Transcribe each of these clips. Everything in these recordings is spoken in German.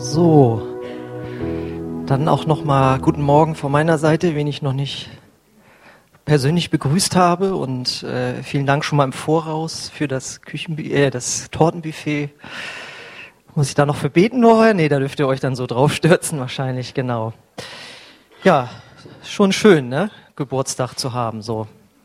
So, dann auch nochmal guten Morgen von meiner Seite, wen ich noch nicht persönlich begrüßt habe, und vielen Dank schon mal im Voraus für das das Tortenbuffet. Muss ich da noch für beten vorher? Nee, da dürft ihr euch dann so drauf stürzen wahrscheinlich, genau. Ja, schon schön, ne? Geburtstag zu haben, so.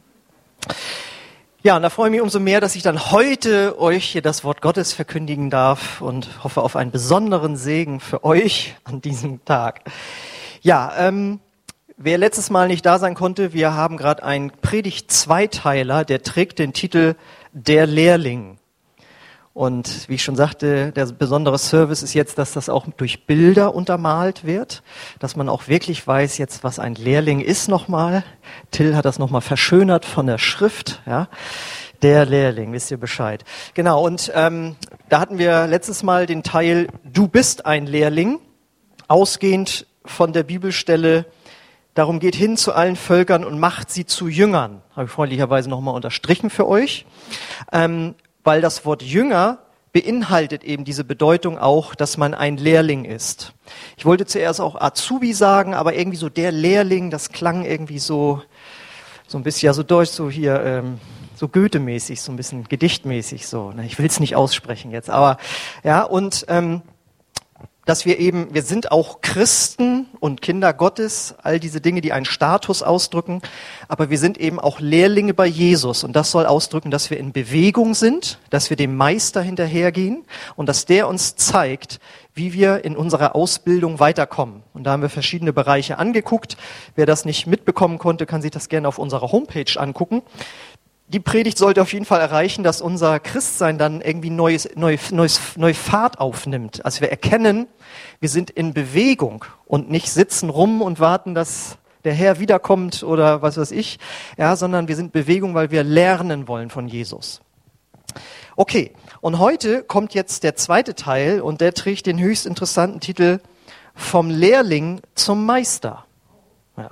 Ja, und da freue ich mich umso mehr, dass ich dann heute euch hier das Wort Gottes verkündigen darf und hoffe auf einen besonderen Segen für euch an diesem Tag. Ja, wer letztes Mal nicht da sein konnte, wir haben gerade einen Predigt-Zweiteiler, der trägt den Titel Der Lehrling. Und wie ich schon sagte, der besondere Service ist jetzt, dass das auch durch Bilder untermalt wird, dass man auch wirklich weiß jetzt, was ein Lehrling ist nochmal. Till hat das nochmal verschönert von der Schrift, ja. Der Lehrling, wisst ihr Bescheid. Genau, und da hatten wir letztes Mal den Teil Du bist ein Lehrling, ausgehend von der Bibelstelle, darum geht hin zu allen Völkern und macht sie zu Jüngern. Habe ich freundlicherweise nochmal unterstrichen für euch. Weil das Wort Jünger beinhaltet eben diese Bedeutung auch, dass man ein Lehrling ist. Ich wollte zuerst auch Azubi sagen, aber irgendwie so der Lehrling, das klang irgendwie so ein bisschen, ja so deutsch, so hier, so Goethe-mäßig, so ein bisschen gedichtmäßig so. Ich will es nicht aussprechen jetzt, aber ja, und dass wir sind auch Christen und Kinder Gottes, all diese Dinge, die einen Status ausdrücken, aber wir sind eben auch Lehrlinge bei Jesus, und das soll ausdrücken, dass wir in Bewegung sind, dass wir dem Meister hinterhergehen und dass der uns zeigt, wie wir in unserer Ausbildung weiterkommen. Und da haben wir verschiedene Bereiche angeguckt. Wer das nicht mitbekommen konnte, kann sich das gerne auf unserer Homepage angucken. Die Predigt sollte auf jeden Fall erreichen, dass unser Christsein dann irgendwie neue Fahrt aufnimmt. Also wir erkennen, wir sind in Bewegung und nicht sitzen rum und warten, dass der Herr wiederkommt oder was weiß ich, ja, sondern wir sind in Bewegung, weil wir lernen wollen von Jesus. Okay, und heute kommt jetzt der zweite Teil, und der trägt den höchst interessanten Titel Vom Lehrling zum Meister. Ja.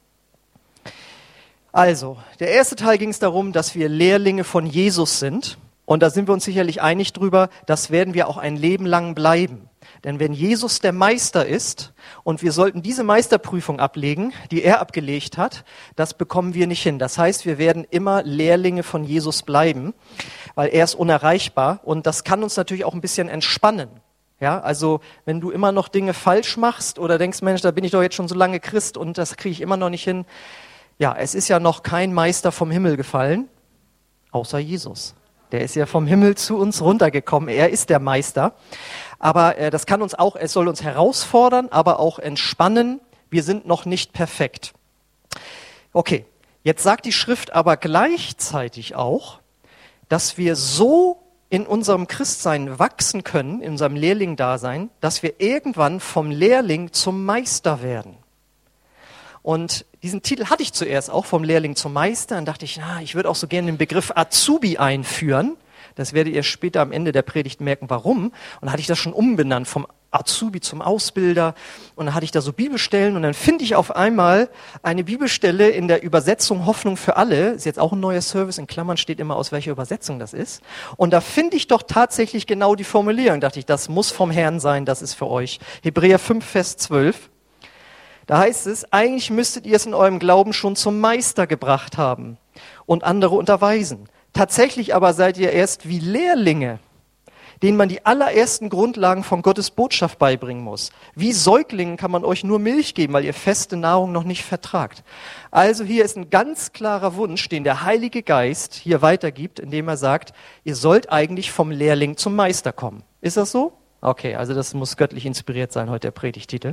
Also, der erste Teil ging es darum, dass wir Lehrlinge von Jesus sind. Und da sind wir uns sicherlich einig drüber, das werden wir auch ein Leben lang bleiben. Denn wenn Jesus der Meister ist und wir sollten diese Meisterprüfung ablegen, die er abgelegt hat, das bekommen wir nicht hin. Das heißt, wir werden immer Lehrlinge von Jesus bleiben, weil er ist unerreichbar. Und das kann uns natürlich auch ein bisschen entspannen. Ja, also wenn du immer noch Dinge falsch machst oder denkst, Mensch, da bin ich doch jetzt schon so lange Christ und das kriege ich immer noch nicht hin. Ja, es ist ja noch kein Meister vom Himmel gefallen, außer Jesus. Der ist ja vom Himmel zu uns runtergekommen. Er ist der Meister. Aber das kann uns auch, es soll uns herausfordern, aber auch entspannen. Wir sind noch nicht perfekt. Okay, jetzt sagt die Schrift aber gleichzeitig auch, dass wir so in unserem Christsein wachsen können, in unserem Lehrling-Dasein, dass wir irgendwann vom Lehrling zum Meister werden. Und diesen Titel hatte ich zuerst auch, vom Lehrling zum Meister. Dann dachte ich, ich würde auch so gerne den Begriff Azubi einführen. Das werdet ihr später am Ende der Predigt merken, warum. Und dann hatte ich das schon umbenannt, vom Azubi zum Ausbilder. Und dann hatte ich da so Bibelstellen. Und dann finde ich auf einmal eine Bibelstelle in der Übersetzung Hoffnung für alle. Ist jetzt auch ein neuer Service. In Klammern steht immer, aus welcher Übersetzung das ist. Und da finde ich doch tatsächlich genau die Formulierung. Dachte ich, das muss vom Herrn sein, das ist für euch. Hebräer 5, Vers 12. Da heißt es, eigentlich müsstet ihr es in eurem Glauben schon zum Meister gebracht haben und andere unterweisen. Tatsächlich aber seid ihr erst wie Lehrlinge, denen man die allerersten Grundlagen von Gottes Botschaft beibringen muss. Wie Säuglingen kann man euch nur Milch geben, weil ihr feste Nahrung noch nicht vertragt. Also hier ist ein ganz klarer Wunsch, den der Heilige Geist hier weitergibt, indem er sagt, ihr sollt eigentlich vom Lehrling zum Meister kommen. Ist das so? Okay, also das muss göttlich inspiriert sein, heute der Predigtitel.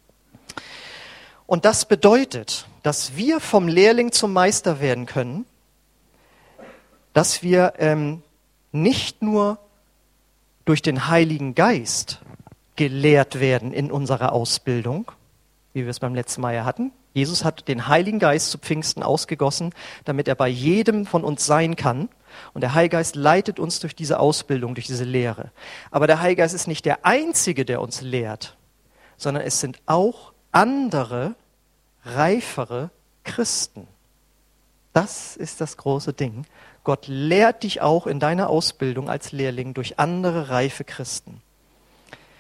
Und das bedeutet, dass wir vom Lehrling zum Meister werden können, dass wir nicht nur durch den Heiligen Geist gelehrt werden in unserer Ausbildung, wie wir es beim letzten Mal ja hatten. Jesus hat den Heiligen Geist zu Pfingsten ausgegossen, damit er bei jedem von uns sein kann. Und der Heilige Geist leitet uns durch diese Ausbildung, durch diese Lehre. Aber der Heilige Geist ist nicht der Einzige, der uns lehrt, sondern es sind auch andere, reifere Christen. Das ist das große Ding. Gott lehrt dich auch in deiner Ausbildung als Lehrling durch andere reife Christen.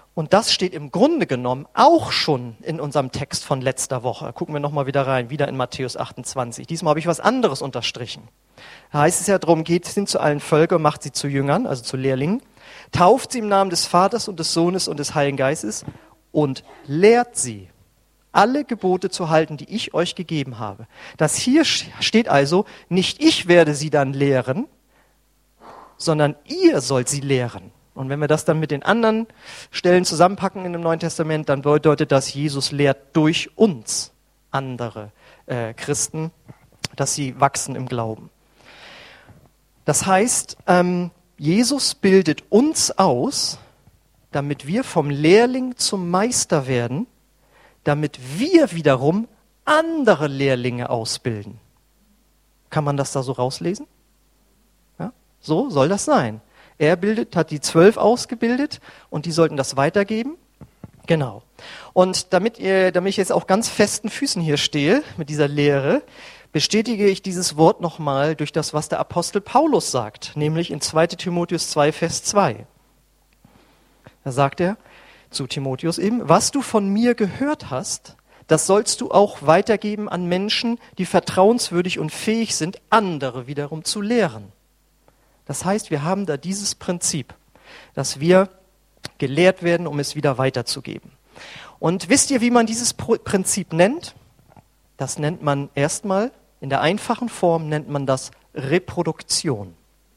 Und das steht im Grunde genommen auch schon in unserem Text von letzter Woche. Gucken wir nochmal wieder rein, wieder in Matthäus 28. Diesmal habe ich was anderes unterstrichen. Da heißt es ja, darum geht hin zu allen Völkern, macht sie zu Jüngern, also zu Lehrlingen, tauft sie im Namen des Vaters und des Sohnes und des Heiligen Geistes und lehrt sie, alle Gebote zu halten, die ich euch gegeben habe. Das hier steht also, nicht ich werde sie dann lehren, sondern ihr sollt sie lehren. Und wenn wir das dann mit den anderen Stellen zusammenpacken in dem Neuen Testament, dann bedeutet das, Jesus lehrt durch uns andere Christen, dass sie wachsen im Glauben. Das heißt, Jesus bildet uns aus, damit wir vom Lehrling zum Meister werden, damit wir wiederum andere Lehrlinge ausbilden. Kann man das da so rauslesen? Ja, so soll das sein. Er hat die 12 ausgebildet und die sollten das weitergeben. Genau. Und damit ich jetzt auf ganz festen Füßen hier stehe mit dieser Lehre, bestätige ich dieses Wort nochmal durch das, was der Apostel Paulus sagt, nämlich in 2. Timotheus 2, Vers 2. Da sagt er zu Timotheus eben, was du von mir gehört hast, das sollst du auch weitergeben an Menschen, die vertrauenswürdig und fähig sind, andere wiederum zu lehren. Das heißt, wir haben da dieses Prinzip, dass wir gelehrt werden, um es wieder weiterzugeben. Und wisst ihr, wie man dieses Prinzip nennt? Das nennt man erstmal, in der einfachen Form nennt man das Reproduktion.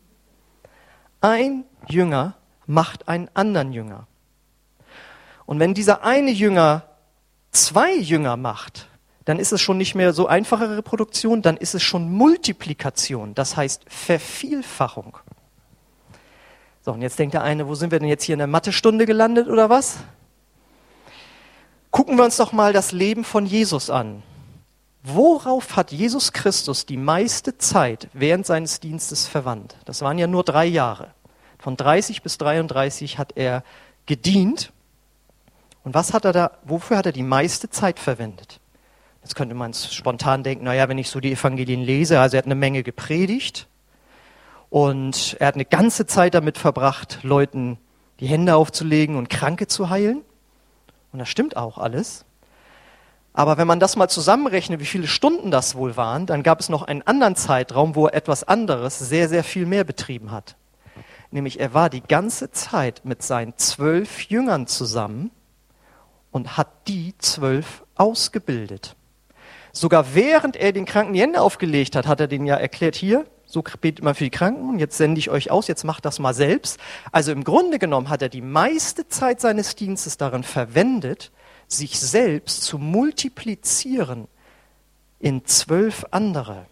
Ein Jünger macht einen anderen Jünger. Und wenn dieser eine Jünger 2 Jünger macht, dann ist es schon nicht mehr so einfache Reproduktion, dann ist es schon Multiplikation, das heißt Vervielfachung. So, und jetzt denkt der eine, wo sind wir denn jetzt hier in der Mathestunde gelandet oder was? Gucken wir uns doch mal das Leben von Jesus an. Worauf hat Jesus Christus die meiste Zeit während seines Dienstes verwandt? Das waren ja nur 3 Jahre. Von 30 bis 33 hat er gedient. Und wofür hat er die meiste Zeit verwendet? Jetzt könnte man spontan denken, naja, wenn ich so die Evangelien lese, also er hat eine Menge gepredigt und er hat eine ganze Zeit damit verbracht, Leuten die Hände aufzulegen und Kranke zu heilen. Und das stimmt auch alles. Aber wenn man das mal zusammenrechnet, wie viele Stunden das wohl waren, dann gab es noch einen anderen Zeitraum, wo er etwas anderes sehr, sehr viel mehr betrieben hat. Nämlich er war die ganze Zeit mit seinen 12 Jüngern zusammen und hat die 12 ausgebildet. Sogar während er den Kranken die Hände aufgelegt hat, hat er denen ja erklärt, hier, so betet man für die Kranken und jetzt sende ich euch aus, jetzt macht das mal selbst. Also im Grunde genommen hat er die meiste Zeit seines Dienstes darin verwendet, sich selbst zu multiplizieren in 12 andere.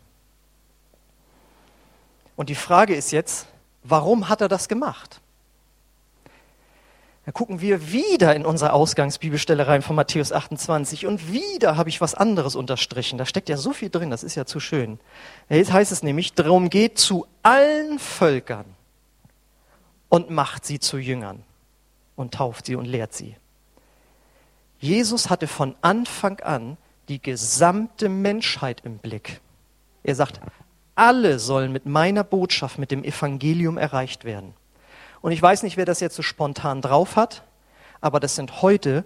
Und die Frage ist jetzt, warum hat er das gemacht? Dann gucken wir wieder in unsere Ausgangsbibelstelle rein von Matthäus 28 und wieder habe ich was anderes unterstrichen. Da steckt ja so viel drin, das ist ja zu schön. Jetzt heißt es nämlich, darum geht zu allen Völkern und macht sie zu Jüngern und tauft sie und lehrt sie. Jesus hatte von Anfang an die gesamte Menschheit im Blick. Er sagt, alle sollen mit meiner Botschaft, mit dem Evangelium erreicht werden. Und ich weiß nicht, wer das jetzt so spontan drauf hat, aber das sind heute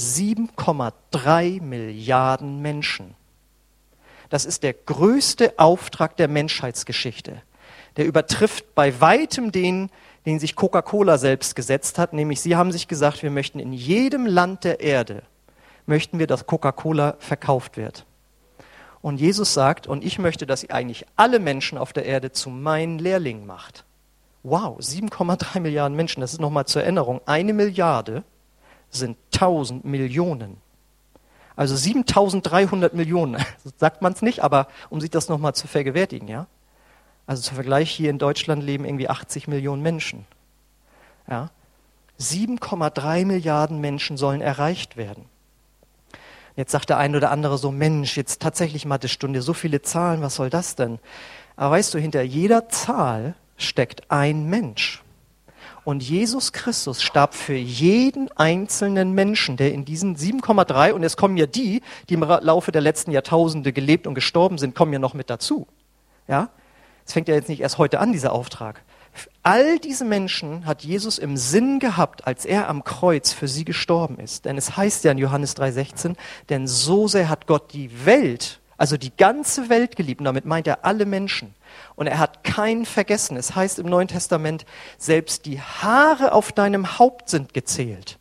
7,3 Milliarden Menschen. Das ist der größte Auftrag der Menschheitsgeschichte. Der übertrifft bei weitem den sich Coca-Cola selbst gesetzt hat, nämlich sie haben sich gesagt, wir möchten in jedem Land der Erde, möchten wir, dass Coca-Cola verkauft wird. Und Jesus sagt, und ich möchte, dass ihr eigentlich alle Menschen auf der Erde zu meinen Lehrlingen macht. Wow, 7,3 Milliarden Menschen, das ist nochmal zur Erinnerung, 1 Milliarde sind 1000 Millionen. Also 7300 Millionen, sagt man es nicht, aber um sich das nochmal zu vergewärtigen, ja. Also zum Vergleich, hier in Deutschland leben irgendwie 80 Millionen Menschen. Ja? 7,3 Milliarden Menschen sollen erreicht werden. Jetzt sagt der eine oder andere so, Mensch, jetzt tatsächlich Mathestunde, so viele Zahlen, was soll das denn? Aber weißt du, hinter jeder Zahl steckt ein Mensch. Und Jesus Christus starb für jeden einzelnen Menschen, der in diesen 7,3, und es kommen ja die im Laufe der letzten Jahrtausende gelebt und gestorben sind, kommen ja noch mit dazu. Ja? Es fängt ja jetzt nicht erst heute an, dieser Auftrag. All diese Menschen hat Jesus im Sinn gehabt, als er am Kreuz für sie gestorben ist. Denn es heißt ja in Johannes 3,16, denn so sehr hat Gott die Welt, also die ganze Welt geliebt, und damit meint er alle Menschen. Und er hat keinen vergessen. Es heißt im Neuen Testament, selbst die Haare auf deinem Haupt sind gezählt.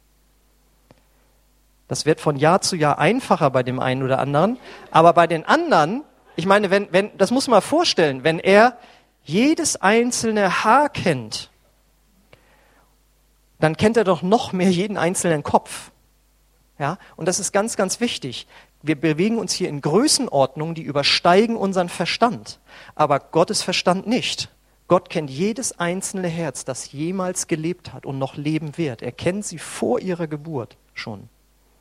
Das wird von Jahr zu Jahr einfacher bei dem einen oder anderen. Aber bei den anderen, ich meine, das muss man mal vorstellen, wenn er jedes einzelne Haar kennt, dann kennt er doch noch mehr jeden einzelnen Kopf. Ja? Und das ist ganz, ganz wichtig. Wir bewegen uns hier in Größenordnungen, die übersteigen unseren Verstand. Aber Gottes Verstand nicht. Gott kennt jedes einzelne Herz, das jemals gelebt hat und noch leben wird. Er kennt sie vor ihrer Geburt schon.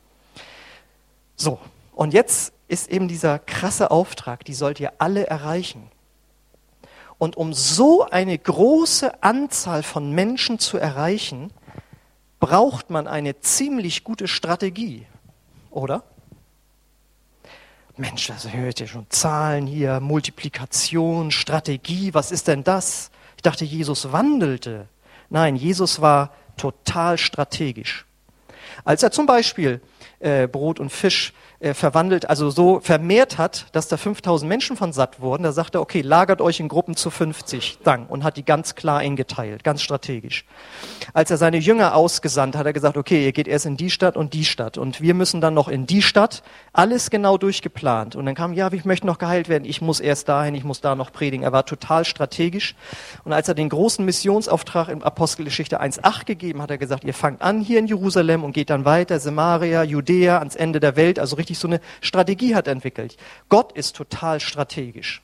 So, und jetzt ist eben dieser krasse Auftrag, die sollt ihr alle erreichen. Und um so eine große Anzahl von Menschen zu erreichen, braucht man eine ziemlich gute Strategie, oder? Mensch, also hört ihr schon Zahlen hier, Multiplikation, Strategie, was ist denn das? Ich dachte, Jesus wandelte. Nein, Jesus war total strategisch. Als er zum Beispiel Brot und Fisch verwandelt, also so vermehrt hat, dass da 5000 Menschen von satt wurden, da sagt er, okay, lagert euch in Gruppen zu 50 dann und hat die ganz klar eingeteilt, ganz strategisch. Als er seine Jünger ausgesandt hat, hat er gesagt, okay, ihr geht erst in die Stadt und wir müssen dann noch in die Stadt, alles genau durchgeplant. Und dann kam, ja, ich möchte noch geheilt werden, ich muss erst dahin, ich muss da noch predigen. Er war total strategisch. Und als er den großen Missionsauftrag in Apostelgeschichte 1,8 gegeben hat, hat er gesagt, ihr fangt an hier in Jerusalem und geht dann weiter, Samaria, Judäa, ans Ende der Welt, also richtig so eine Strategie hat entwickelt. Gott ist total strategisch.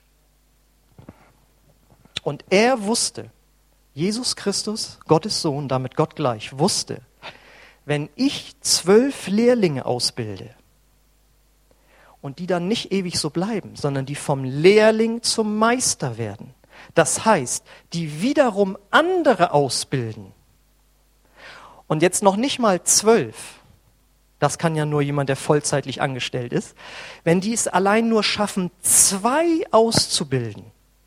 Und er wusste, Jesus Christus, Gottes Sohn, damit Gott gleich, wusste, wenn ich 12 Lehrlinge ausbilde und die dann nicht ewig so bleiben, sondern die vom Lehrling zum Meister werden, das heißt, die wiederum andere ausbilden und jetzt noch nicht mal 12, das kann ja nur jemand, der vollzeitlich angestellt ist, wenn die es allein nur schaffen, 2 auszubilden,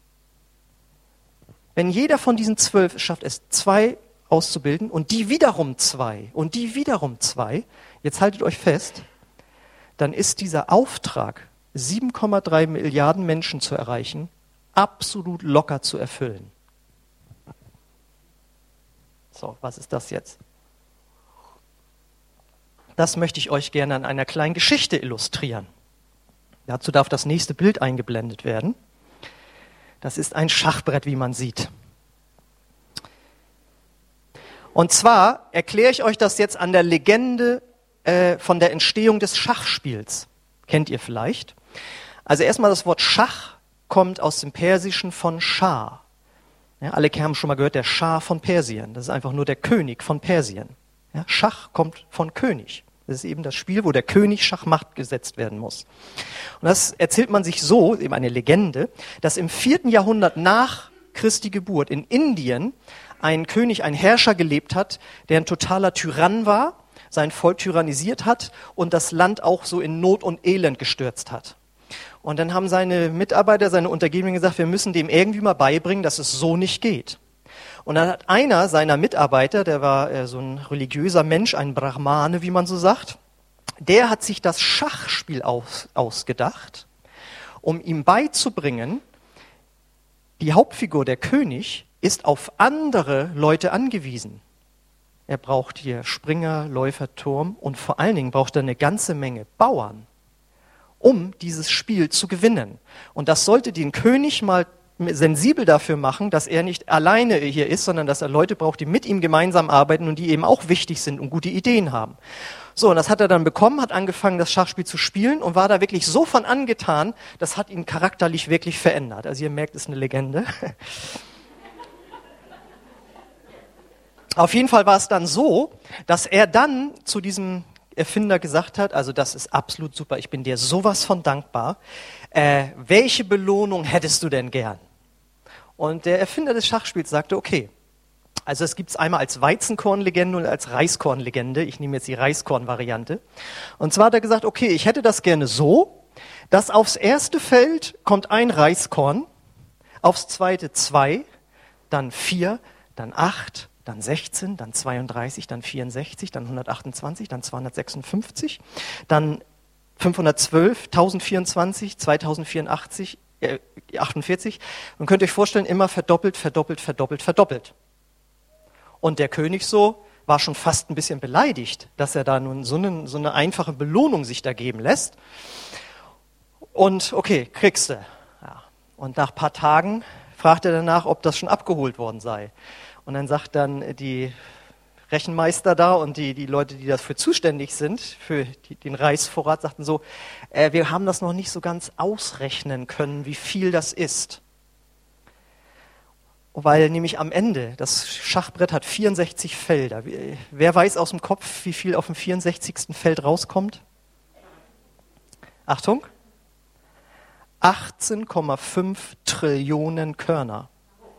wenn jeder von diesen 12 schafft es, 2 auszubilden und die wiederum 2 und die wiederum 2, jetzt haltet euch fest, dann ist dieser Auftrag, 7,3 Milliarden Menschen zu erreichen, absolut locker zu erfüllen. So, was ist das jetzt? Das möchte ich euch gerne an einer kleinen Geschichte illustrieren. Dazu darf das nächste Bild eingeblendet werden. Das ist ein Schachbrett, wie man sieht. Und zwar erkläre ich euch das jetzt an der Legende von der Entstehung des Schachspiels. Kennt ihr vielleicht? Also erstmal das Wort Schach kommt aus dem Persischen von Schah. Ja, alle haben schon mal gehört, der Schah von Persien. Das ist einfach nur der König von Persien. Ja, Schach kommt von König. Das ist eben das Spiel, wo der König Schachmatt gesetzt werden muss. Und das erzählt man sich so, eben eine Legende, dass im 4. Jahrhundert nach Christi Geburt in Indien ein König, ein Herrscher gelebt hat, der ein totaler Tyrann war, sein Volk tyrannisiert hat und das Land auch so in Not und Elend gestürzt hat. Und dann haben seine Mitarbeiter, seine Untergebenen gesagt, wir müssen dem irgendwie mal beibringen, dass es so nicht geht. Und dann hat einer seiner Mitarbeiter, der war so ein religiöser Mensch, ein Brahmane, wie man so sagt, der hat sich das Schachspiel ausgedacht, um ihm beizubringen, die Hauptfigur, der König, ist auf andere Leute angewiesen. Er braucht hier Springer, Läufer, Turm und vor allen Dingen braucht er eine ganze Menge Bauern, um dieses Spiel zu gewinnen. Und das sollte den König mal sensibel dafür machen, dass er nicht alleine hier ist, sondern dass er Leute braucht, die mit ihm gemeinsam arbeiten und die eben auch wichtig sind und gute Ideen haben. So, und das hat er dann bekommen, hat angefangen, das Schachspiel zu spielen und war da wirklich so von angetan, das hat ihn charakterlich wirklich verändert. Also ihr merkt, es ist eine Legende. Auf jeden Fall war es dann so, dass er dann zu diesem Erfinder gesagt hat, also das ist absolut super, ich bin dir sowas von dankbar. Welche Belohnung hättest du denn gern? Und der Erfinder des Schachspiels sagte, okay, also es gibt es einmal als Weizenkornlegende und als Reiskornlegende. Ich nehme jetzt die Reiskorn-Variante. Und zwar hat er gesagt, okay, ich hätte das gerne so, dass aufs erste Feld kommt ein Reiskorn, aufs zweite 2, dann 4, dann 8, dann 16, dann 32, dann 64, dann 128, dann 256, dann 512, 1024, 2084, 48. Und könnt ihr euch vorstellen, immer verdoppelt, verdoppelt, verdoppelt, verdoppelt. Und der König war schon fast ein bisschen beleidigt, dass er da nun so eine einfache Belohnung sich da geben lässt. Und okay, kriegst du. Ja. Und nach ein paar Tagen fragt er danach, ob das schon abgeholt worden sei. Und dann sagt dann die Rechenmeister da und die Leute, die dafür zuständig sind, für den Reichsvorrat, sagten so, wir haben das noch nicht so ganz ausrechnen können, wie viel das ist. Weil nämlich am Ende, das Schachbrett hat 64 Felder. Wer weiß aus dem Kopf, wie viel auf dem 64. Feld rauskommt? Achtung! 18,5 Trillionen Körner.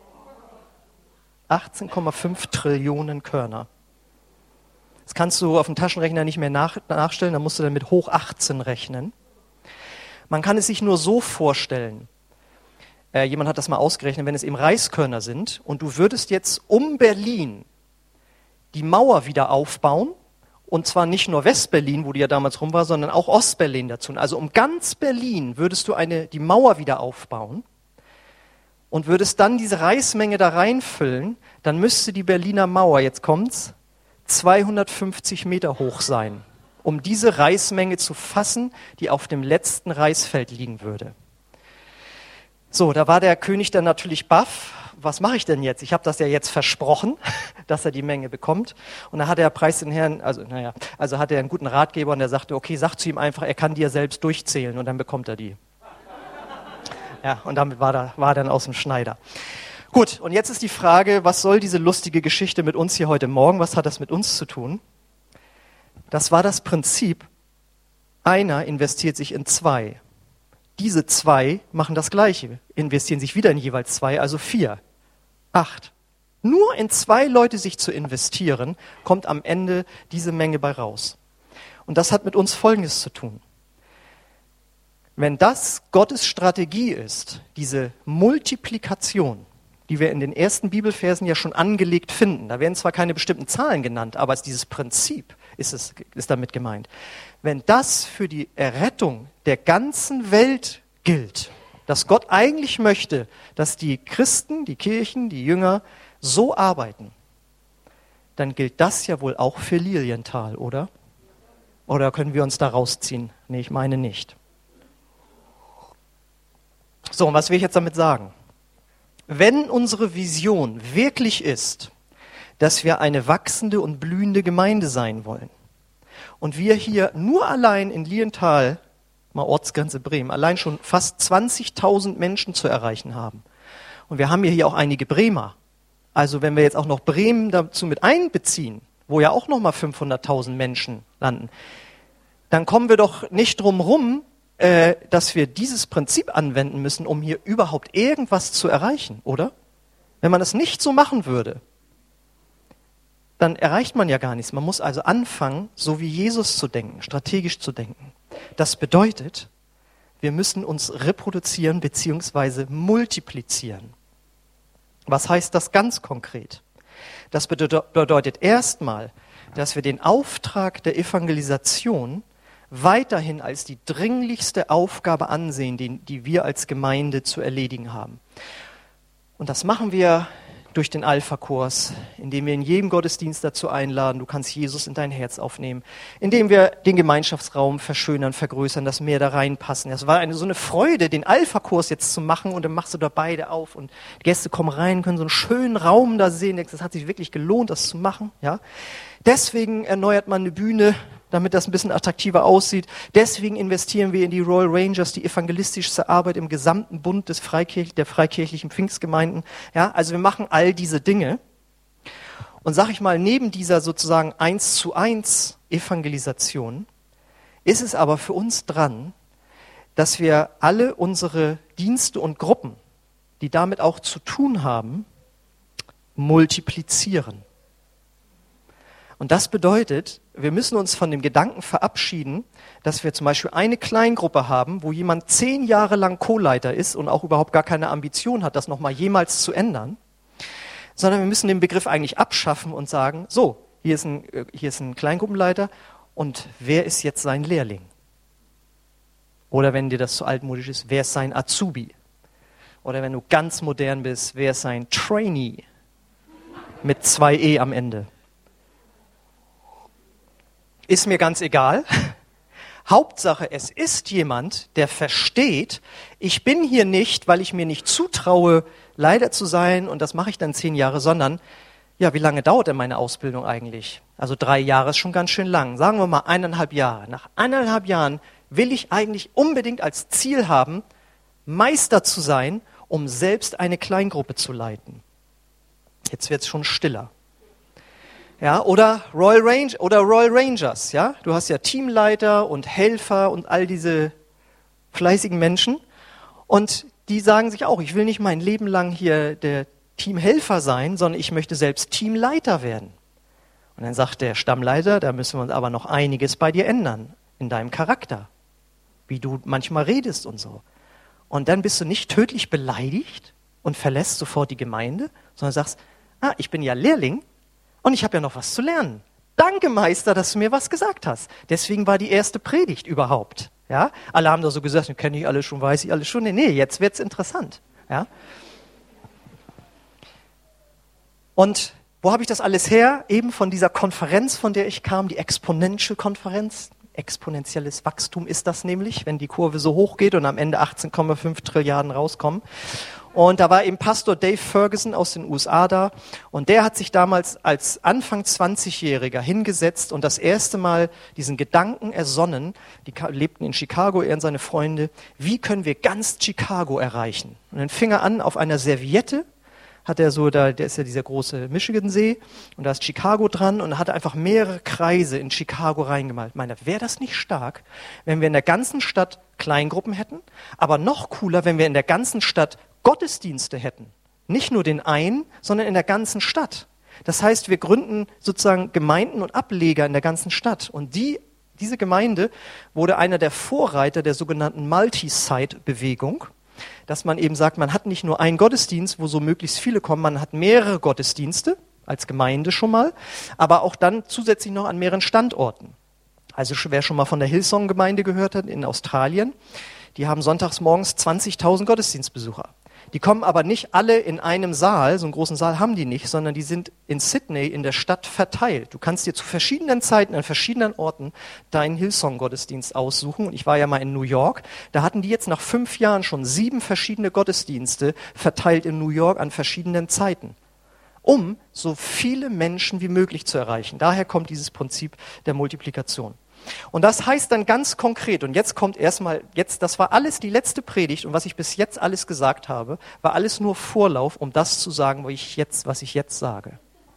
18,5 Trillionen Körner. Das kannst du auf dem Taschenrechner nicht mehr nachstellen, da musst du dann mit hoch 18 rechnen. Man kann es sich nur so vorstellen, jemand hat das mal ausgerechnet, wenn es eben Reiskörner sind und du würdest jetzt um Berlin die Mauer wieder aufbauen, und zwar nicht nur West-Berlin, wo die ja damals rum war, sondern auch Ost-Berlin dazu. Also um ganz Berlin würdest du die Mauer wieder aufbauen und würdest dann diese Reismenge da reinfüllen, dann müsste die Berliner Mauer, jetzt kommt's, 250 Meter hoch sein, um diese Reismenge zu fassen, die auf dem letzten Reisfeld liegen würde. So, da war der König dann natürlich baff. Was mache ich denn jetzt? Ich habe das ja jetzt versprochen, dass er die Menge bekommt. Und da hat der Preis den Herrn, also hat er einen guten Ratgeber und der sagte, okay, sag zu ihm einfach, er kann die ja selbst durchzählen und dann bekommt er die. Ja, und damit war er dann aus dem Schneider. Gut, und jetzt ist die Frage, was soll diese lustige Geschichte mit uns hier heute Morgen? Was hat das mit uns zu tun? Das war das Prinzip, einer investiert sich in zwei. Diese zwei machen das Gleiche, investieren sich wieder in jeweils zwei, also 4, 8. Nur in 2 Leute sich zu investieren, kommt am Ende diese Menge bei raus. Und das hat mit uns Folgendes zu tun. Wenn das Gottes Strategie ist, diese Multiplikation, die wir in den ersten Bibelversen ja schon angelegt finden, da werden zwar keine bestimmten Zahlen genannt, aber dieses Prinzip ist damit gemeint. Wenn das für die Errettung der ganzen Welt gilt, dass Gott eigentlich möchte, dass die Christen, die Kirchen, die Jünger so arbeiten, dann gilt das ja wohl auch für Lilienthal, oder? Oder können wir uns da rausziehen? Nee, ich meine nicht. So, und was will ich jetzt damit sagen? Wenn unsere Vision wirklich ist, dass wir eine wachsende und blühende Gemeinde sein wollen und wir hier nur allein in Lilienthal, mal Ortsgrenze Bremen, allein schon fast 20.000 Menschen zu erreichen haben und wir haben hier auch einige Bremer, also wenn wir jetzt auch noch Bremen dazu mit einbeziehen, wo ja auch nochmal 500.000 Menschen landen, dann kommen wir doch nicht drum rum, dass wir dieses Prinzip anwenden müssen, um hier überhaupt irgendwas zu erreichen, oder? Wenn man das nicht so machen würde, dann erreicht man ja gar nichts. Man muss also anfangen, so wie Jesus zu denken, strategisch zu denken. Das bedeutet, wir müssen uns reproduzieren bzw. multiplizieren. Was heißt das ganz konkret? Das bedeutet erstmal, dass wir den Auftrag der Evangelisation weiterhin als die dringlichste Aufgabe ansehen, die wir als Gemeinde zu erledigen haben. Und das machen wir durch den Alpha-Kurs, indem wir in jedem Gottesdienst dazu einladen, du kannst Jesus in dein Herz aufnehmen, indem wir den Gemeinschaftsraum verschönern, vergrößern, dass mehr da reinpassen. Das war so eine Freude, den Alpha-Kurs jetzt zu machen und dann machst du da beide auf und die Gäste kommen rein, können so einen schönen Raum da sehen. Das hat sich wirklich gelohnt, das zu machen. Ja? Deswegen erneuert man eine Bühne, damit das ein bisschen attraktiver aussieht. Deswegen investieren wir in die Royal Rangers, die evangelistischste Arbeit im gesamten Bund der freikirchlichen Pfingstgemeinden. Ja, also wir machen all diese Dinge. Und sag ich mal, neben dieser sozusagen 1:1 Evangelisation ist es aber für uns dran, dass wir alle unsere Dienste und Gruppen, die damit auch zu tun haben, multiplizieren. Und das bedeutet, wir müssen uns von dem Gedanken verabschieden, dass wir zum Beispiel eine Kleingruppe haben, wo jemand 10 Jahre lang Co-Leiter ist und auch überhaupt gar keine Ambition hat, das nochmal jemals zu ändern, sondern wir müssen den Begriff eigentlich abschaffen und sagen, so, hier ist ein Kleingruppenleiter und wer ist jetzt sein Lehrling? Oder wenn dir das zu altmodisch ist, wer ist sein Azubi? Oder wenn du ganz modern bist, wer ist sein Trainee? Mit 2 E am Ende. Ist mir ganz egal. Hauptsache, es ist jemand, der versteht, ich bin hier nicht, weil ich mir nicht zutraue, Leiter zu sein und das mache ich dann 10 Jahre, sondern, ja, wie lange dauert denn meine Ausbildung eigentlich? Also 3 Jahre ist schon ganz schön lang. Sagen wir mal 1,5 Jahre. Nach 1,5 Jahren will ich eigentlich unbedingt als Ziel haben, Meister zu sein, um selbst eine Kleingruppe zu leiten. Jetzt wird es schon stiller. Ja, oder Royal Rangers, ja? Du hast ja Teamleiter und Helfer und all diese fleißigen Menschen und die sagen sich auch, ich will nicht mein Leben lang hier der Teamhelfer sein, sondern ich möchte selbst Teamleiter werden. Und dann sagt der Stammleiter, da müssen wir uns aber noch einiges bei dir ändern, in deinem Charakter, wie du manchmal redest und so. Und dann bist du nicht tödlich beleidigt und verlässt sofort die Gemeinde, sondern sagst, ich bin ja Lehrling und ich habe ja noch was zu lernen. Danke, Meister, dass du mir was gesagt hast. Deswegen war die erste Predigt überhaupt. Ja? Alle haben da so gesagt, kenne ich alles schon, weiß ich alles schon. Nee, jetzt wird's interessant. Ja? Und wo habe ich das alles her? Eben von dieser Konferenz, von der ich kam, die Exponential-Konferenz. Exponentielles Wachstum ist das nämlich, wenn die Kurve so hoch geht und am Ende 18,5 Trilliarden rauskommen. Und da war eben Pastor Dave Ferguson aus den USA da und der hat sich damals als Anfang 20-Jähriger hingesetzt und das erste Mal diesen Gedanken ersonnen, die lebten in Chicago, er und seine Freunde, wie können wir ganz Chicago erreichen? Und dann fing er an, auf einer Serviette, hat er so, der ist ja dieser große Michigansee und da ist Chicago dran und hat einfach mehrere Kreise in Chicago reingemalt. Ich meine, wäre das nicht stark, wenn wir in der ganzen Stadt Kleingruppen hätten, aber noch cooler, wenn wir in der ganzen Stadt Gottesdienste hätten. Nicht nur den einen, sondern in der ganzen Stadt. Das heißt, wir gründen sozusagen Gemeinden und Ableger in der ganzen Stadt. Und diese Gemeinde wurde einer der Vorreiter der sogenannten Multi-Site-Bewegung, dass man eben sagt, man hat nicht nur einen Gottesdienst, wo so möglichst viele kommen, man hat mehrere Gottesdienste, als Gemeinde schon mal, aber auch dann zusätzlich noch an mehreren Standorten. Also wer schon mal von der Hillsong-Gemeinde gehört hat in Australien, die haben sonntags morgens 20.000 Gottesdienstbesucher. Die kommen aber nicht alle in einem Saal, so einen großen Saal haben die nicht, sondern die sind in Sydney in der Stadt verteilt. Du kannst dir zu verschiedenen Zeiten an verschiedenen Orten deinen Hillsong-Gottesdienst aussuchen. Und ich war ja mal in New York, da hatten die jetzt nach 5 Jahren schon 7 verschiedene Gottesdienste verteilt in New York an verschiedenen Zeiten, um so viele Menschen wie möglich zu erreichen. Daher kommt dieses Prinzip der Multiplikation. Und das heißt dann ganz konkret, und jetzt kommt erstmal, das war alles die letzte Predigt und was ich bis jetzt alles gesagt habe, war alles nur Vorlauf, um das zu sagen, was ich jetzt sage.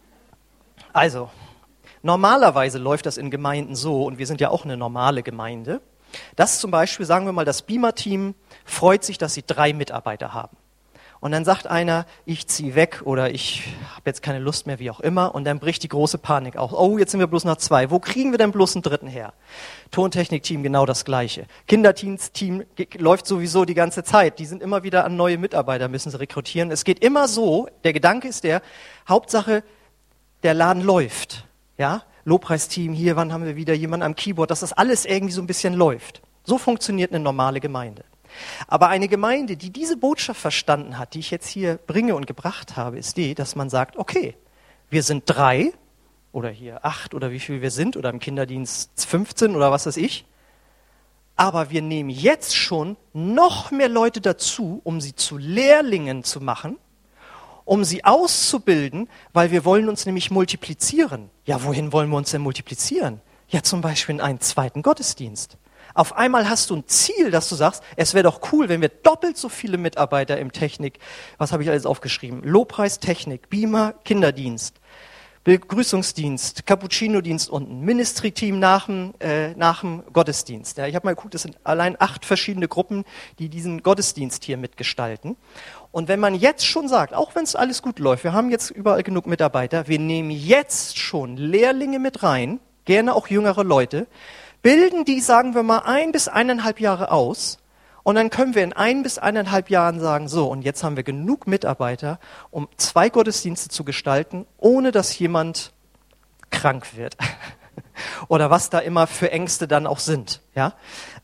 Also, normalerweise läuft das in Gemeinden so, und wir sind ja auch eine normale Gemeinde, dass zum Beispiel, sagen wir mal, das Beamer-Team freut sich, dass sie 3 Mitarbeiter haben. Und dann sagt einer, ich ziehe weg oder ich habe jetzt keine Lust mehr, wie auch immer. Und dann bricht die große Panik auf. Oh, jetzt sind wir bloß noch 2. Wo kriegen wir denn bloß einen 3. her? Tontechnik-Team genau das Gleiche. Kinderdienst-Team läuft sowieso die ganze Zeit. Die sind immer wieder an neue Mitarbeiter, müssen sie rekrutieren. Es geht immer so, der Gedanke ist Hauptsache, der Laden läuft. Ja? Lobpreisteam, hier, wann haben wir wieder jemanden am Keyboard, dass das alles irgendwie so ein bisschen läuft. So funktioniert eine normale Gemeinde. Aber eine Gemeinde, die diese Botschaft verstanden hat, die ich jetzt hier bringe und gebracht habe, ist die, dass man sagt, okay, wir sind 3 oder hier 8 oder wie viel wir sind oder im Kinderdienst 15 oder was weiß ich, aber wir nehmen jetzt schon noch mehr Leute dazu, um sie zu Lehrlingen zu machen, um sie auszubilden, weil wir wollen uns nämlich multiplizieren. Ja, wohin wollen wir uns denn multiplizieren? Ja, zum Beispiel in einen 2. Gottesdienst. Auf einmal hast du ein Ziel, dass du sagst, es wäre doch cool, wenn wir doppelt so viele Mitarbeiter im Technik, was habe ich alles aufgeschrieben? Lobpreis, Technik, Beamer, Kinderdienst, Begrüßungsdienst, Cappuccino-Dienst unten, Ministry-Team nach dem Gottesdienst. Ja, ich habe mal geguckt, es sind allein 8 verschiedene Gruppen, die diesen Gottesdienst hier mitgestalten. Und wenn man jetzt schon sagt, auch wenn es alles gut läuft, wir haben jetzt überall genug Mitarbeiter, wir nehmen jetzt schon Lehrlinge mit rein, gerne auch jüngere Leute, bilden die, sagen wir mal, 1 bis 1,5 Jahre aus Und dann können wir in 1 bis 1,5 Jahren sagen, so, und jetzt haben wir genug Mitarbeiter, um 2 Gottesdienste zu gestalten, ohne dass jemand krank wird. Oder was da immer für Ängste dann auch sind. Ja?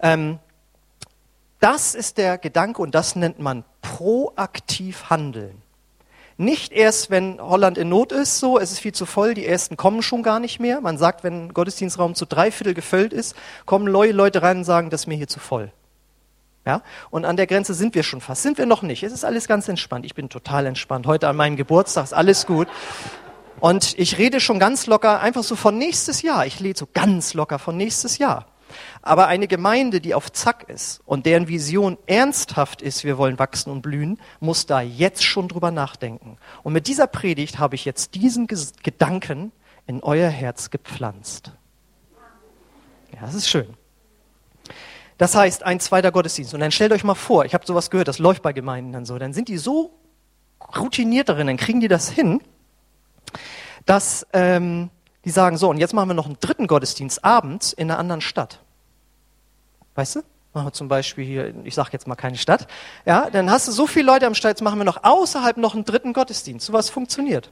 Das ist der Gedanke und das nennt man proaktiv handeln. Nicht erst, wenn Holland in Not ist, so, es ist viel zu voll, die Ersten kommen schon gar nicht mehr. Man sagt, wenn ein Gottesdienstraum zu 3/4 gefüllt ist, kommen neue Leute rein und sagen, das ist mir hier zu voll. Ja? Und an der Grenze sind wir schon fast. Sind wir noch nicht. Es ist alles ganz entspannt. Ich bin total entspannt. Heute an meinem Geburtstag ist alles gut. Und ich rede schon ganz locker einfach so von nächstes Jahr. Ich rede so ganz locker von nächstes Jahr. Aber eine Gemeinde, die auf Zack ist und deren Vision ernsthaft ist, wir wollen wachsen und blühen, muss da jetzt schon drüber nachdenken. Und mit dieser Predigt habe ich jetzt diesen Gedanken in euer Herz gepflanzt. Ja, das ist schön. Das heißt, ein zweiter Gottesdienst. Und dann stellt euch mal vor, ich habe sowas gehört, das läuft bei Gemeinden dann so. Dann sind die so routiniert darin, dann kriegen die das hin, dass die sagen, so, und jetzt machen wir noch einen 3. Gottesdienst abends in einer anderen Stadt. Weißt du? Machen wir zum Beispiel hier, ich sage jetzt mal keine Stadt. Ja, dann hast du so viele Leute am Start, jetzt machen wir noch außerhalb noch einen 3. Gottesdienst. So was funktioniert.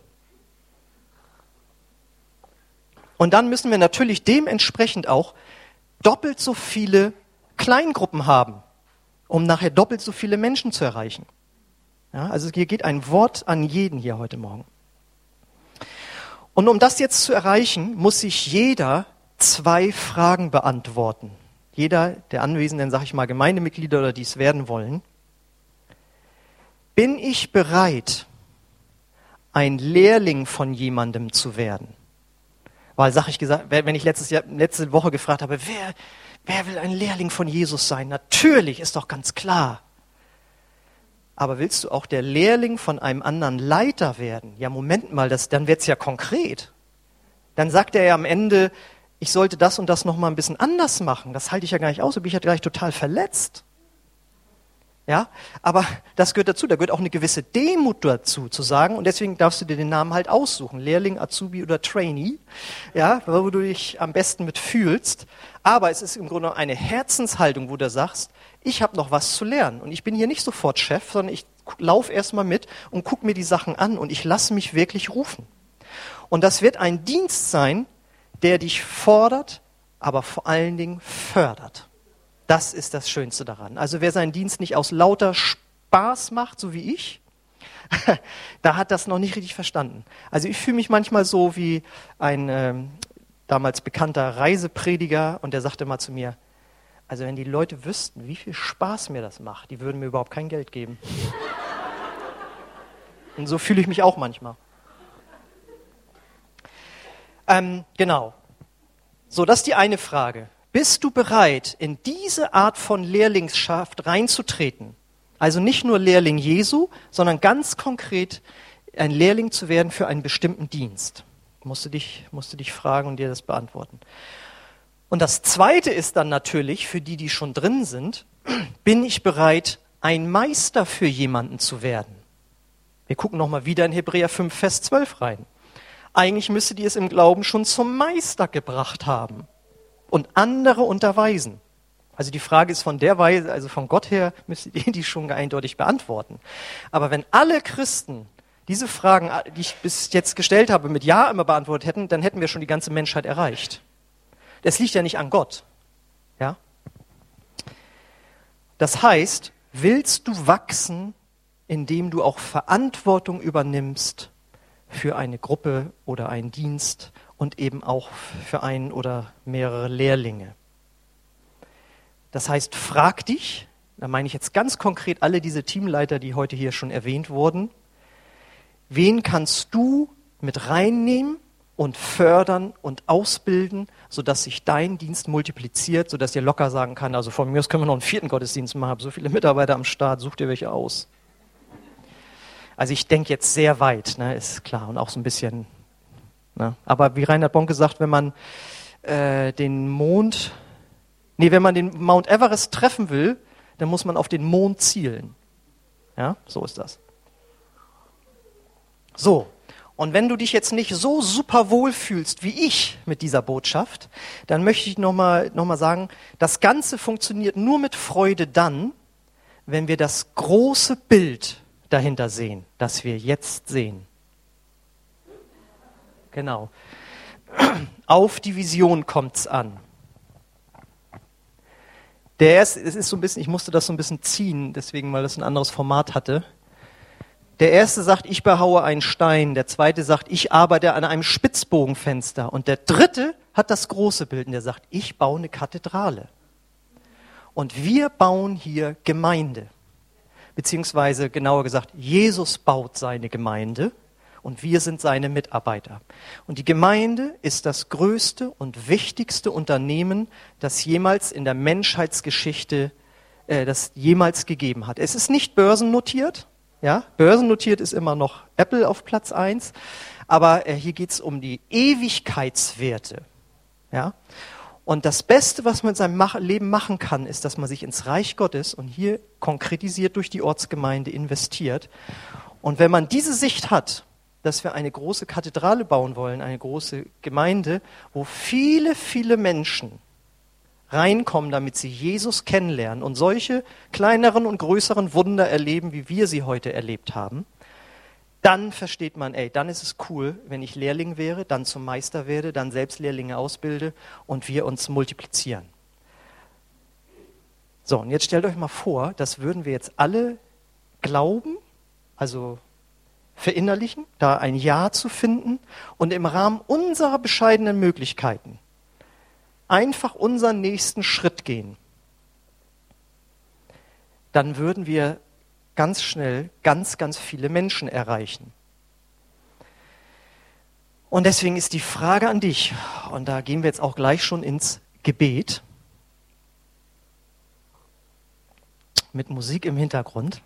Und dann müssen wir natürlich dementsprechend auch doppelt so viele Kleingruppen haben, um nachher doppelt so viele Menschen zu erreichen. Ja, also hier geht ein Wort an jeden hier heute Morgen. Und um das jetzt zu erreichen, muss sich jeder 2 Fragen beantworten. Jeder der Anwesenden, sage ich mal, Gemeindemitglieder oder die es werden wollen. Bin ich bereit, ein Lehrling von jemandem zu werden? Weil, wenn ich letzte Woche gefragt habe, wer will ein Lehrling von Jesus sein? Natürlich, ist doch ganz klar. Aber willst du auch der Lehrling von einem anderen Leiter werden? Ja, Moment mal, dann wird's ja konkret. Dann sagt er ja am Ende, ich sollte das und das noch mal ein bisschen anders machen. Das halte ich ja gar nicht aus, da bin ich ja gleich total verletzt. Ja, aber das gehört dazu, da gehört auch eine gewisse Demut dazu, zu sagen, und deswegen darfst du dir den Namen halt aussuchen, Lehrling, Azubi oder Trainee, ja, wo du dich am besten mit fühlst. Aber es ist im Grunde eine Herzenshaltung, wo du sagst, ich habe noch was zu lernen und ich bin hier nicht sofort Chef, sondern ich laufe erstmal mit und gucke mir die Sachen an und ich lasse mich wirklich rufen. Und das wird ein Dienst sein, der dich fordert, aber vor allen Dingen fördert. Das ist das Schönste daran. Also wer seinen Dienst nicht aus lauter Spaß macht, so wie ich, da hat das noch nicht richtig verstanden. Also ich fühle mich manchmal so wie ein damals bekannter Reiseprediger und der sagte mal zu mir, also wenn die Leute wüssten, wie viel Spaß mir das macht, die würden mir überhaupt kein Geld geben. Und so fühle ich mich auch manchmal. Genau. So, das ist die eine Frage. Bist du bereit, in diese Art von Lehrlingschaft reinzutreten? Also nicht nur Lehrling Jesu, sondern ganz konkret ein Lehrling zu werden für einen bestimmten Dienst. Musst du dich fragen und dir das beantworten. Und das Zweite ist dann natürlich, für die schon drin sind, bin ich bereit, ein Meister für jemanden zu werden? Wir gucken nochmal wieder in Hebräer 5, Vers 12 rein. Eigentlich müsstet ihr es im Glauben schon zum Meister gebracht haben und andere unterweisen. Also die Frage ist von der Weise, also von Gott her müsstet ihr die schon eindeutig beantworten. Aber wenn alle Christen diese Fragen, die ich bis jetzt gestellt habe, mit Ja immer beantwortet hätten, dann hätten wir schon die ganze Menschheit erreicht. Das liegt ja nicht an Gott. Ja? Das heißt, willst du wachsen, indem du auch Verantwortung übernimmst für eine Gruppe oder einen Dienst und eben auch für einen oder mehrere Lehrlinge? Das heißt, frag dich, da meine ich jetzt ganz konkret alle diese Teamleiter, die heute hier schon erwähnt wurden, wen kannst du mit reinnehmen und fördern und ausbilden, sodass sich dein Dienst multipliziert, sodass ihr locker sagen kann, also von mir aus können wir noch einen 4. Gottesdienst machen, habe so viele Mitarbeiter am Start, such dir welche aus. Also ich denke jetzt sehr weit, ne, ist klar, und auch so ein bisschen, ne, aber wie Reinhard Bonke sagt, wenn man den Mount Everest treffen will, dann muss man auf den Mond zielen. Ja, so ist das. So, und wenn du dich jetzt nicht so super wohl fühlst wie ich mit dieser Botschaft, dann möchte ich noch mal sagen, das Ganze funktioniert nur mit Freude dann, wenn wir das große Bild dahinter sehen, das wir jetzt sehen. Genau. Auf die Vision kommt's an. Es ist so ein bisschen, ich musste das so ein bisschen ziehen, deswegen, weil das ein anderes Format hatte. Der erste sagt, ich behaue einen Stein. Der zweite sagt, ich arbeite an einem Spitzbogenfenster. Und der dritte hat das große Bild und der sagt, ich baue eine Kathedrale. Und wir bauen hier Gemeinde. Beziehungsweise, genauer gesagt, Jesus baut seine Gemeinde und wir sind seine Mitarbeiter. Und die Gemeinde ist das größte und wichtigste Unternehmen, das jemals in der Menschheitsgeschichte das jemals gegeben hat. Es ist nicht börsennotiert. Ja, börsennotiert ist immer noch Apple auf Platz 1, aber hier geht es um die Ewigkeitswerte. Ja? Und das Beste, was man in seinem Leben machen kann, ist, dass man sich ins Reich Gottes und hier konkretisiert durch die Ortsgemeinde investiert. Und wenn man diese Sicht hat, dass wir eine große Kathedrale bauen wollen, eine große Gemeinde, wo viele, viele Menschen reinkommen, damit sie Jesus kennenlernen und solche kleineren und größeren Wunder erleben, wie wir sie heute erlebt haben, dann versteht man, dann ist es cool, wenn ich Lehrling wäre, dann zum Meister werde, dann selbst Lehrlinge ausbilde und wir uns multiplizieren. So, und jetzt stellt euch mal vor, das würden wir jetzt alle glauben, also verinnerlichen, da ein Ja zu finden und im Rahmen unserer bescheidenen Möglichkeiten einfach unseren nächsten Schritt gehen, dann würden wir ganz schnell ganz, ganz viele Menschen erreichen. Und deswegen ist die Frage an dich, und da gehen wir jetzt auch gleich schon ins Gebet, mit Musik im Hintergrund.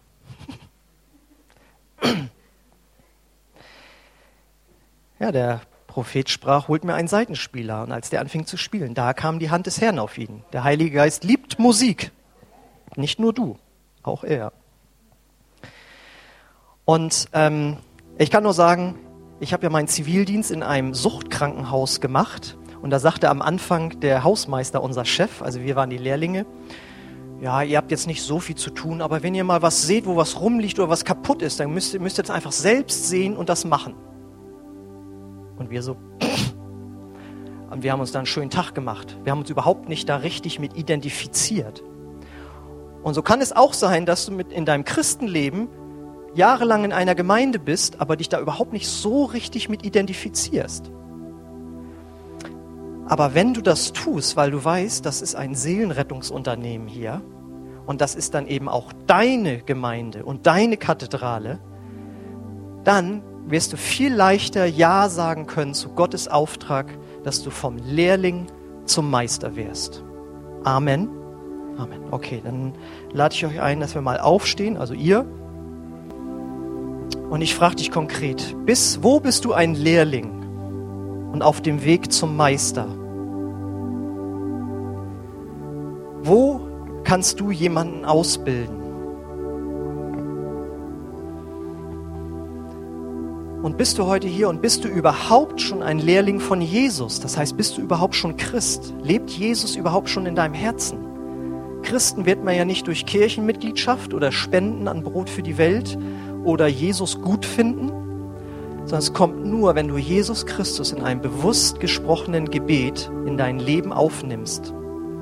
Ja, der Prophet sprach, holt mir einen Saitenspieler. Und als der anfing zu spielen, da kam die Hand des Herrn auf ihn. Der Heilige Geist liebt Musik. Nicht nur du, auch er. Und ich kann nur sagen, ich habe ja meinen Zivildienst in einem Suchtkrankenhaus gemacht. Und da sagte am Anfang der Hausmeister, unser Chef, also wir waren die Lehrlinge, ja, ihr habt jetzt nicht so viel zu tun, aber wenn ihr mal was seht, wo was rumliegt oder was kaputt ist, dann müsst ihr das einfach selbst sehen und das machen. Und wir so, und wir haben uns da einen schönen Tag gemacht. Wir haben uns überhaupt nicht da richtig mit identifiziert. Und so kann es auch sein, dass du in deinem Christenleben jahrelang in einer Gemeinde bist, aber dich da überhaupt nicht so richtig mit identifizierst. Aber wenn du das tust, weil du weißt, das ist ein Seelenrettungsunternehmen hier und das ist dann eben auch deine Gemeinde und deine Kathedrale, dann wirst du viel leichter Ja sagen können zu Gottes Auftrag, dass du vom Lehrling zum Meister wirst. Amen. Amen. Okay, dann lade ich euch ein, dass wir mal aufstehen, also ihr. Und ich frage dich konkret, wo bist du ein Lehrling und auf dem Weg zum Meister? Wo kannst du jemanden ausbilden? Und bist du heute hier und bist du überhaupt schon ein Lehrling von Jesus? Das heißt, bist du überhaupt schon Christ? Lebt Jesus überhaupt schon in deinem Herzen? Christen wird man ja nicht durch Kirchenmitgliedschaft oder Spenden an Brot für die Welt oder Jesus gut finden, sondern es kommt nur, wenn du Jesus Christus in einem bewusst gesprochenen Gebet in dein Leben aufnimmst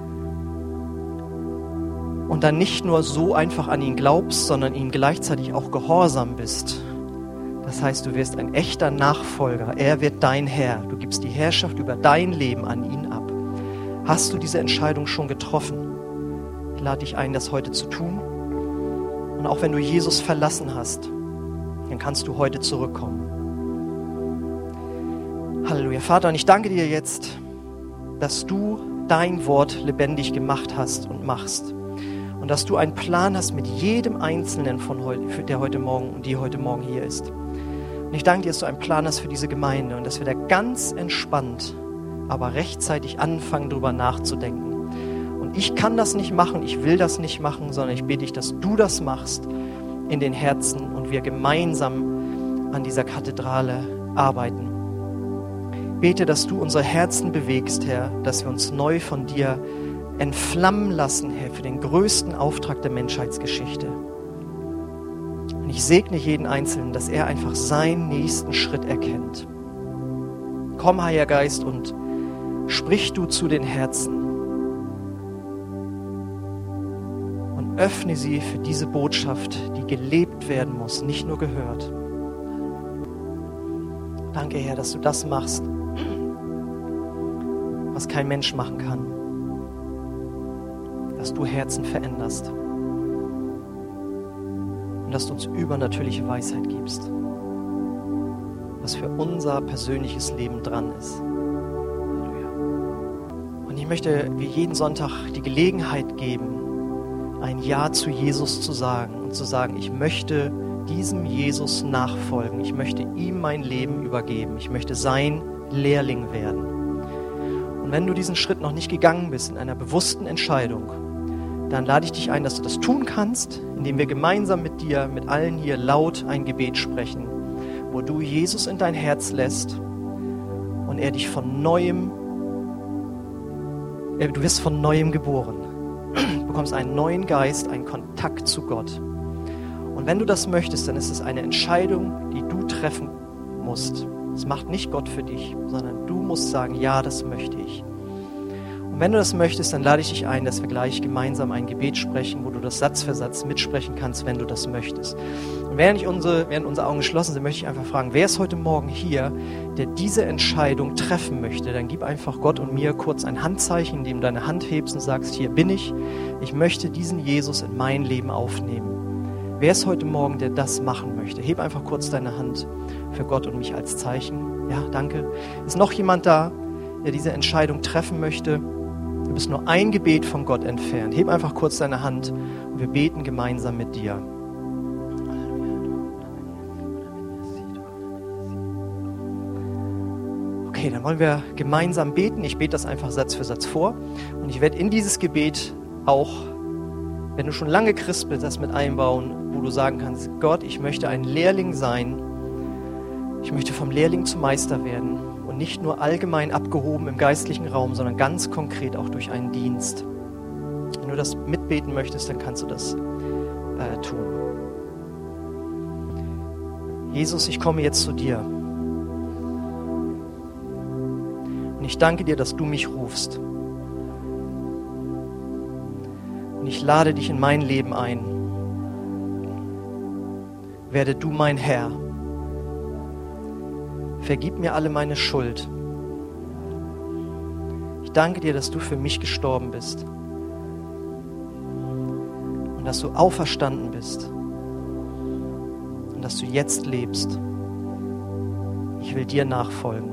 und dann nicht nur so einfach an ihn glaubst, sondern ihm gleichzeitig auch gehorsam bist. Das heißt, du wirst ein echter Nachfolger. Er wird dein Herr. Du gibst die Herrschaft über dein Leben an ihn ab. Hast du diese Entscheidung schon getroffen? Ich lade dich ein, das heute zu tun. Und auch wenn du Jesus verlassen hast, dann kannst du heute zurückkommen. Halleluja. Vater, und ich danke dir jetzt, dass du dein Wort lebendig gemacht hast und machst. Und dass du einen Plan hast mit jedem Einzelnen von heute, der heute Morgen und die heute Morgen hier ist. Und ich danke dir, dass du einen Plan hast für diese Gemeinde und dass wir da ganz entspannt, aber rechtzeitig anfangen, darüber nachzudenken. Und ich kann das nicht machen, ich will das nicht machen, sondern ich bitte dich, dass du das machst in den Herzen und wir gemeinsam an dieser Kathedrale arbeiten. Ich bete, dass du unsere Herzen bewegst, Herr, dass wir uns neu von dir entflammen lassen, Herr, für den größten Auftrag der Menschheitsgeschichte. Und ich segne jeden Einzelnen, dass er einfach seinen nächsten Schritt erkennt. Komm, Heiliger Geist, und sprich du zu den Herzen. Und öffne sie für diese Botschaft, die gelebt werden muss, nicht nur gehört. Danke, Herr, dass du das machst, was kein Mensch machen kann. Dass du Herzen veränderst. Und dass du uns übernatürliche Weisheit gibst, was für unser persönliches Leben dran ist. Halleluja. Und ich möchte wie jeden Sonntag die Gelegenheit geben, ein Ja zu Jesus zu sagen und zu sagen, ich möchte diesem Jesus nachfolgen. Ich möchte ihm mein Leben übergeben. Ich möchte sein Lehrling werden. Und wenn du diesen Schritt noch nicht gegangen bist in einer bewussten Entscheidung, dann lade ich dich ein, dass du das tun kannst, indem wir gemeinsam mit dir, mit allen hier laut ein Gebet sprechen, wo du Jesus in dein Herz lässt und er dich von neuem, du wirst von neuem geboren. Du bekommst einen neuen Geist, einen Kontakt zu Gott. Und wenn du das möchtest, dann ist es eine Entscheidung, die du treffen musst. Das macht nicht Gott für dich, sondern du musst sagen, ja, das möchte ich. Und wenn du das möchtest, dann lade ich dich ein, dass wir gleich gemeinsam ein Gebet sprechen, wo du das Satz für Satz mitsprechen kannst, wenn du das möchtest. Und während unsere Augen geschlossen sind, möchte ich einfach fragen, wer ist heute Morgen hier, der diese Entscheidung treffen möchte? Dann gib einfach Gott und mir kurz ein Handzeichen, indem du deine Hand hebst und sagst, hier bin ich möchte diesen Jesus in mein Leben aufnehmen. Wer ist heute Morgen, der das machen möchte? Heb einfach kurz deine Hand für Gott und mich als Zeichen. Ja, danke. Ist noch jemand da, der diese Entscheidung treffen möchte? Du bist nur ein Gebet von Gott entfernt. Heb einfach kurz deine Hand und wir beten gemeinsam mit dir. Okay, dann wollen wir gemeinsam beten. Ich bete das einfach Satz für Satz vor. Und ich werde in dieses Gebet auch, wenn du schon lange Christ bist, das mit einbauen, wo du sagen kannst, Gott, ich möchte ein Lehrling sein. Ich möchte vom Lehrling zum Meister werden. Und nicht nur allgemein abgehoben im geistlichen Raum, sondern ganz konkret auch durch einen Dienst. Wenn du das mitbeten möchtest, dann kannst du das tun. Jesus, ich komme jetzt zu dir. Und ich danke dir, dass du mich rufst. Und ich lade dich in mein Leben ein. Werde du mein Herr. Vergib mir alle meine Schuld. Ich danke dir, dass du für mich gestorben bist und dass du auferstanden bist und dass du jetzt lebst. Ich will dir nachfolgen.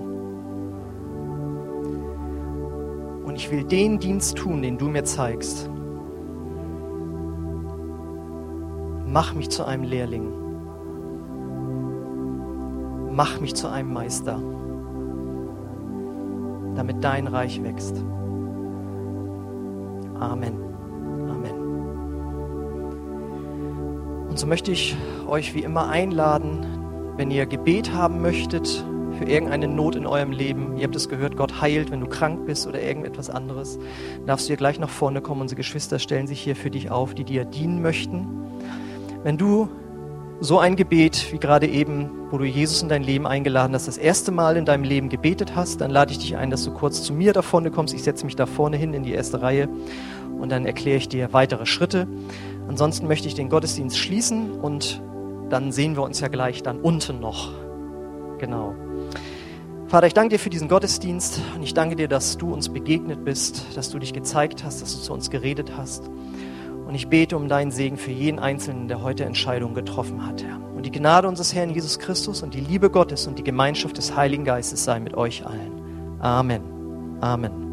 Und ich will den Dienst tun, den du mir zeigst. Mach mich zu einem Lehrling. Mach mich zu einem Meister, damit dein Reich wächst. Amen. Amen. Und so möchte ich euch wie immer einladen, wenn ihr Gebet haben möchtet für irgendeine Not in eurem Leben. Ihr habt es gehört, Gott heilt, wenn du krank bist oder irgendetwas anderes. Dann darfst du hier gleich nach vorne kommen. Unsere Geschwister stellen sich hier für dich auf, die dir dienen möchten. Wenn du so ein Gebet wie gerade eben, wo du Jesus in dein Leben eingeladen hast, das erste Mal in deinem Leben gebetet hast, dann lade ich dich ein, dass du kurz zu mir da vorne kommst. Ich setze mich da vorne hin in die erste Reihe und dann erkläre ich dir weitere Schritte. Ansonsten möchte ich den Gottesdienst schließen und dann sehen wir uns ja gleich dann unten noch. Genau. Vater, ich danke dir für diesen Gottesdienst und ich danke dir, dass du uns begegnet bist, dass du dich gezeigt hast, dass du zu uns geredet hast. Und ich bete um deinen Segen für jeden Einzelnen, der heute Entscheidungen getroffen hat, Herr. Und die Gnade unseres Herrn Jesus Christus und die Liebe Gottes und die Gemeinschaft des Heiligen Geistes sei mit euch allen. Amen. Amen.